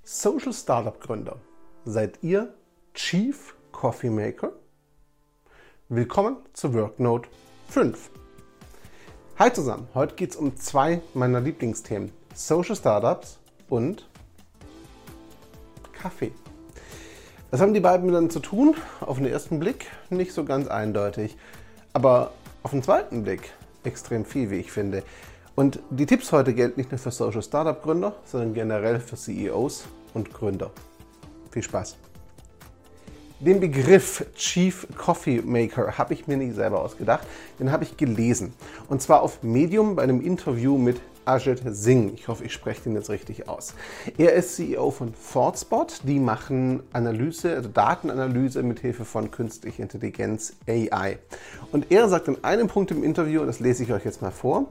Social Startup Gründer, seid ihr Chief Coffee Maker? Willkommen zu WorkNote 5. Hi zusammen, heute geht es um zwei meiner Lieblingsthemen, Social Startups und Kaffee. Was haben die beiden miteinander zu tun? Auf den ersten Blick nicht so ganz eindeutig, aber auf den zweiten Blick extrem viel, wie ich finde. Und die Tipps heute gelten nicht nur für Social Startup Gründer, sondern generell für CEOs und Gründer. Viel Spaß! Den Begriff Chief Coffee Maker habe ich mir nicht selber ausgedacht, den habe ich gelesen. Und zwar auf Medium bei einem Interview mit Ajit Singh. Ich hoffe, ich spreche den jetzt richtig aus. Er ist CEO von ThoughtSpot. Die machen Datenanalyse mit Hilfe von künstlicher Intelligenz, AI. Und er sagt in einem Punkt im Interview, und das lese ich euch jetzt mal vor: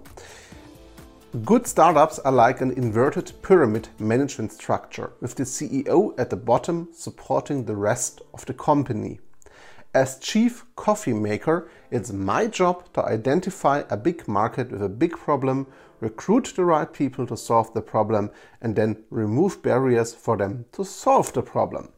Good startups are like an inverted pyramid management structure, with the CEO at the bottom supporting the rest of the company. As chief coffee maker, it's my job to identify a big market with a big problem, recruit the right people to solve the problem, and then remove barriers for them to solve the problem.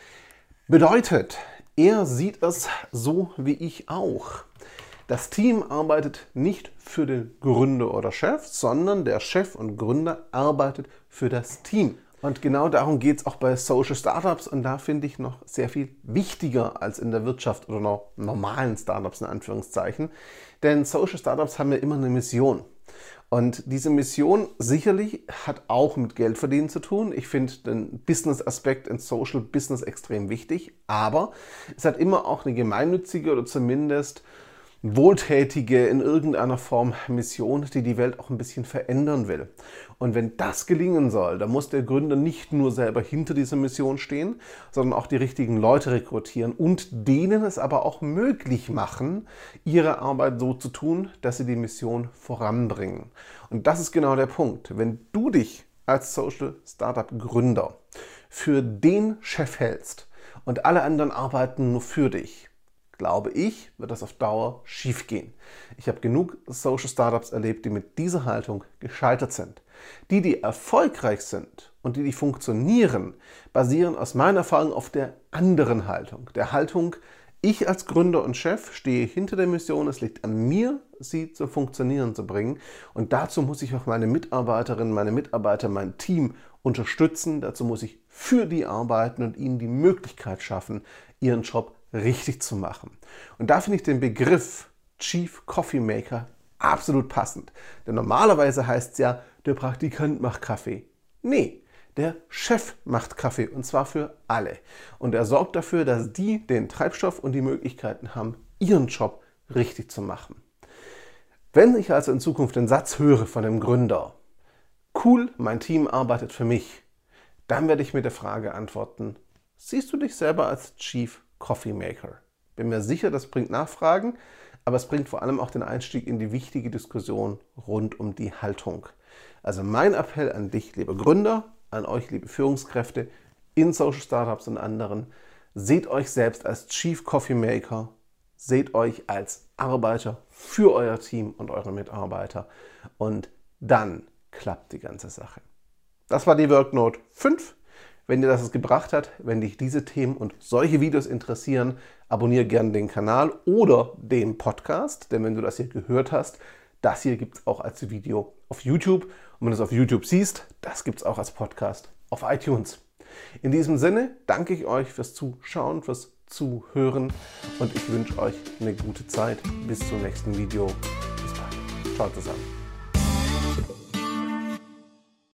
Bedeutet, er sieht es so wie ich auch. Das Team arbeitet nicht für den Gründer oder Chef, sondern der Chef und Gründer arbeitet für das Team. Und genau darum geht es auch bei Social Startups, und da finde ich noch sehr viel wichtiger als in der Wirtschaft oder noch normalen Startups in Anführungszeichen. Denn Social Startups haben ja immer eine Mission. Und diese Mission sicherlich hat auch mit Geld verdienen zu tun. Ich finde den Business-Aspekt in Social Business extrem wichtig, aber es hat immer auch eine gemeinnützige oder zumindest wohltätige, in irgendeiner Form Mission, die die Welt auch ein bisschen verändern will. Und wenn das gelingen soll, dann muss der Gründer nicht nur selber hinter dieser Mission stehen, sondern auch die richtigen Leute rekrutieren und denen es aber auch möglich machen, ihre Arbeit so zu tun, dass sie die Mission voranbringen. Und das ist genau der Punkt. Wenn du dich als Social Startup Gründer für den Chef hältst und alle anderen arbeiten nur für dich, glaube ich, wird das auf Dauer schief gehen. Ich habe genug Social Startups erlebt, die mit dieser Haltung gescheitert sind. Die erfolgreich sind und die funktionieren, basieren aus meiner Erfahrung auf der anderen Haltung. Der Haltung, ich als Gründer und Chef stehe hinter der Mission, es liegt an mir, sie zum Funktionieren zu bringen. Und dazu muss ich auch meine Mitarbeiterinnen, meine Mitarbeiter, mein Team unterstützen. Dazu muss ich für die arbeiten und ihnen die Möglichkeit schaffen, ihren Job richtig zu machen. Und da finde ich den Begriff Chief Coffee Maker absolut passend. Denn normalerweise heißt es ja, der Praktikant macht Kaffee. Nee, der Chef macht Kaffee, und zwar für alle. Und er sorgt dafür, dass die den Treibstoff und die Möglichkeiten haben, ihren Job richtig zu machen. Wenn ich also in Zukunft den Satz höre von dem Gründer, cool, mein Team arbeitet für mich, dann werde ich mit der Frage antworten, siehst du dich selber als Chief Coffee Maker? Bin mir sicher, das bringt Nachfragen, aber es bringt vor allem auch den Einstieg in die wichtige Diskussion rund um die Haltung. Also mein Appell an dich, liebe Gründer, an euch, liebe Führungskräfte in Social Startups und anderen: Seht euch selbst als Chief Coffee Maker, seht euch als Arbeiter für euer Team und eure Mitarbeiter, und dann klappt die ganze Sache. Das war die WorkNote 5. Wenn dir das gebracht hat, wenn dich diese Themen und solche Videos interessieren, abonniere gerne den Kanal oder den Podcast, denn wenn du das hier gehört hast, das hier gibt es auch als Video auf YouTube. Und wenn du es auf YouTube siehst, das gibt es auch als Podcast auf iTunes. In diesem Sinne danke ich euch fürs Zuschauen, fürs Zuhören, und ich wünsche euch eine gute Zeit. Bis zum nächsten Video. Bis bald. Ciao zusammen.